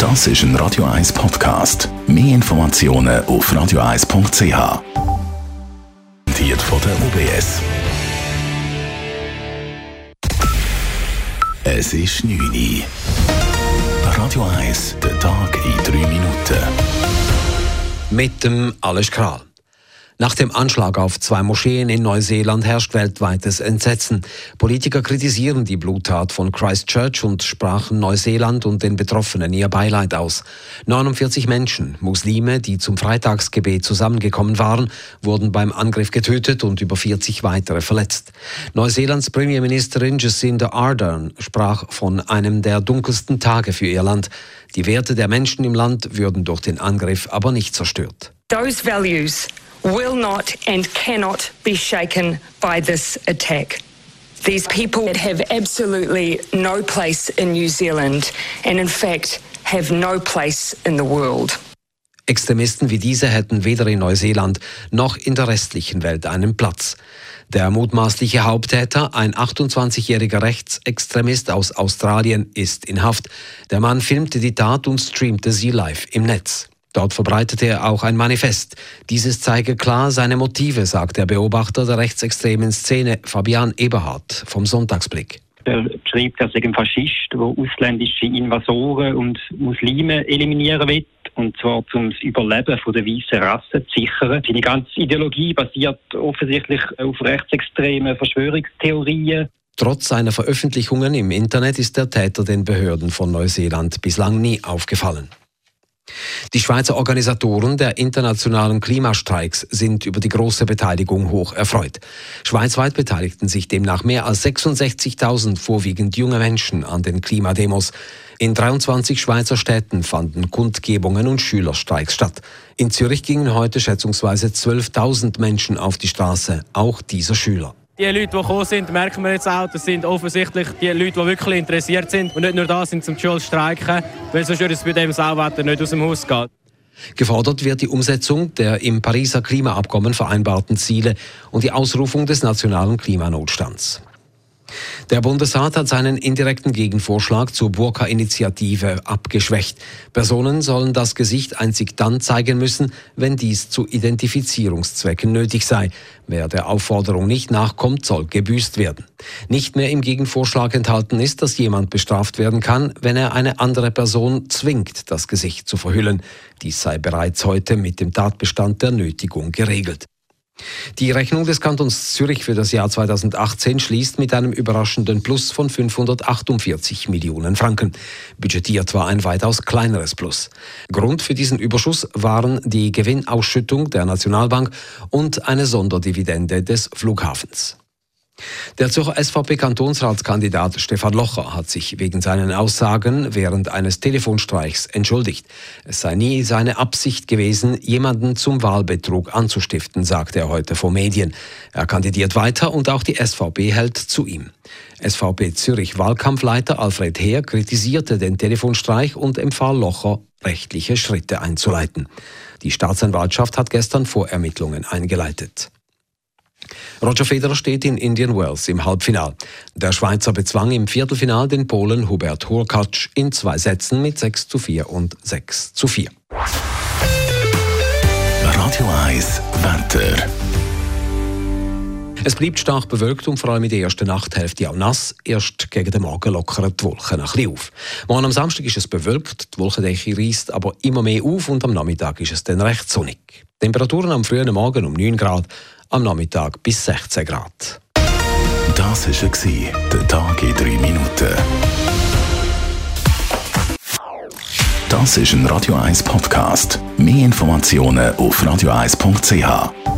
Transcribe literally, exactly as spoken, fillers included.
Das ist ein Radio eins Podcast. Mehr Informationen auf radio eins punkt c h. Präsentiert von der U B S. Es ist neun Uhr. Radio eins, der Tag in drei Minuten. Mit dem Alles Kral. Nach dem Anschlag auf zwei Moscheen in Neuseeland herrscht weltweites Entsetzen. Politiker kritisieren die Bluttat von Christchurch und sprachen Neuseeland und den Betroffenen ihr Beileid aus. neunundvierzig Menschen, Muslime, die zum Freitagsgebet zusammengekommen waren, wurden beim Angriff getötet und über vierzig weitere verletzt. Neuseelands Premierministerin Jacinda Ardern sprach von einem der dunkelsten Tage für ihr Land. Die Werte der Menschen im Land würden durch den Angriff aber nicht zerstört. Those values will not and cannot be shaken by this attack. These people have absolutely no place in New Zealand and in fact have no place in the world. Extremisten wie diese hätten weder in Neuseeland noch in der restlichen Welt einen Platz. Der mutmaßliche Haupttäter, ein achtundzwanzigjähriger Rechtsextremist aus Australien, ist in Haft. Der Mann filmte die Tat und streamte sie live im Netz. Dort verbreitete er auch ein Manifest. Dieses zeige klar seine Motive, sagt der Beobachter der rechtsextremen Szene Fabian Eberhardt vom Sonntagsblick. Er schreibt, er sei ein Faschist, der ausländische Invasoren und Muslime eliminieren will, und zwar um das Überleben von der weißen Rasse zu sichern. Seine ganze Ideologie basiert offensichtlich auf rechtsextremen Verschwörungstheorien. Trotz seiner Veröffentlichungen im Internet ist der Täter den Behörden von Neuseeland bislang nie aufgefallen. Die Schweizer Organisatoren der internationalen Klimastreiks sind über die große Beteiligung hoch erfreut. Schweizweit beteiligten sich demnach mehr als sechsundsechzigtausend vorwiegend junge Menschen an den Klimademos. In dreiundzwanzig Schweizer Städten fanden Kundgebungen und Schülerstreiks statt. In Zürich gingen heute schätzungsweise zwölftausend Menschen auf die Straße, auch dieser Schüler. Die Leute, die gekommen sind, merken wir jetzt auch, das sind offensichtlich die Leute, die wirklich interessiert sind und nicht nur da sind, zum Schule zu streiken, weil sonst würde es bei dem Sauwetter nicht aus dem Haus gehen. Gefordert wird die Umsetzung der im Pariser Klimaabkommen vereinbarten Ziele und die Ausrufung des nationalen Klimanotstands. Der Bundesrat hat seinen indirekten Gegenvorschlag zur Burka-Initiative abgeschwächt. Personen sollen das Gesicht einzig dann zeigen müssen, wenn dies zu Identifizierungszwecken nötig sei. Wer der Aufforderung nicht nachkommt, soll gebüßt werden. Nicht mehr im Gegenvorschlag enthalten ist, dass jemand bestraft werden kann, wenn er eine andere Person zwingt, das Gesicht zu verhüllen. Dies sei bereits heute mit dem Tatbestand der Nötigung geregelt. Die Rechnung des Kantons Zürich für das Jahr zweitausendachtzehn schließt mit einem überraschenden Plus von fünfhundertachtundvierzig Millionen Franken. Budgetiert war ein weitaus kleineres Plus. Grund für diesen Überschuss waren die Gewinnausschüttung der Nationalbank und eine Sonderdividende des Flughafens. Der Zürcher S V P-Kantonsratskandidat Stefan Locher hat sich wegen seinen Aussagen während eines Telefonstreichs entschuldigt. Es sei nie seine Absicht gewesen, jemanden zum Wahlbetrug anzustiften, sagte er heute vor Medien. Er kandidiert weiter und auch die S V P hält zu ihm. S V P Zürich-Wahlkampfleiter Alfred Heer kritisierte den Telefonstreich und empfahl Locher, rechtliche Schritte einzuleiten. Die Staatsanwaltschaft hat gestern Vorermittlungen eingeleitet. Roger Federer steht in Indian Wells im Halbfinal. Der Schweizer bezwang im Viertelfinal den Polen Hubert Hurkacz in zwei Sätzen mit sechs zu vier und sechs zu vier. Radio eins Wetter. Es bleibt stark bewölkt und vor allem in der ersten Nachthälfte auch nass. Erst gegen den Morgen lockern die Wolken ein bisschen auf. Morgen am Samstag ist es bewölkt, die Wolkendecke reisst aber immer mehr auf und am Nachmittag ist es dann recht sonnig. Temperaturen am frühen Morgen um neun Grad, am Nachmittag bis sechzehn Grad. Das war der Tag in drei Minuten. Das ist ein Radio eins Podcast. Mehr Informationen auf radio eins punkt c h.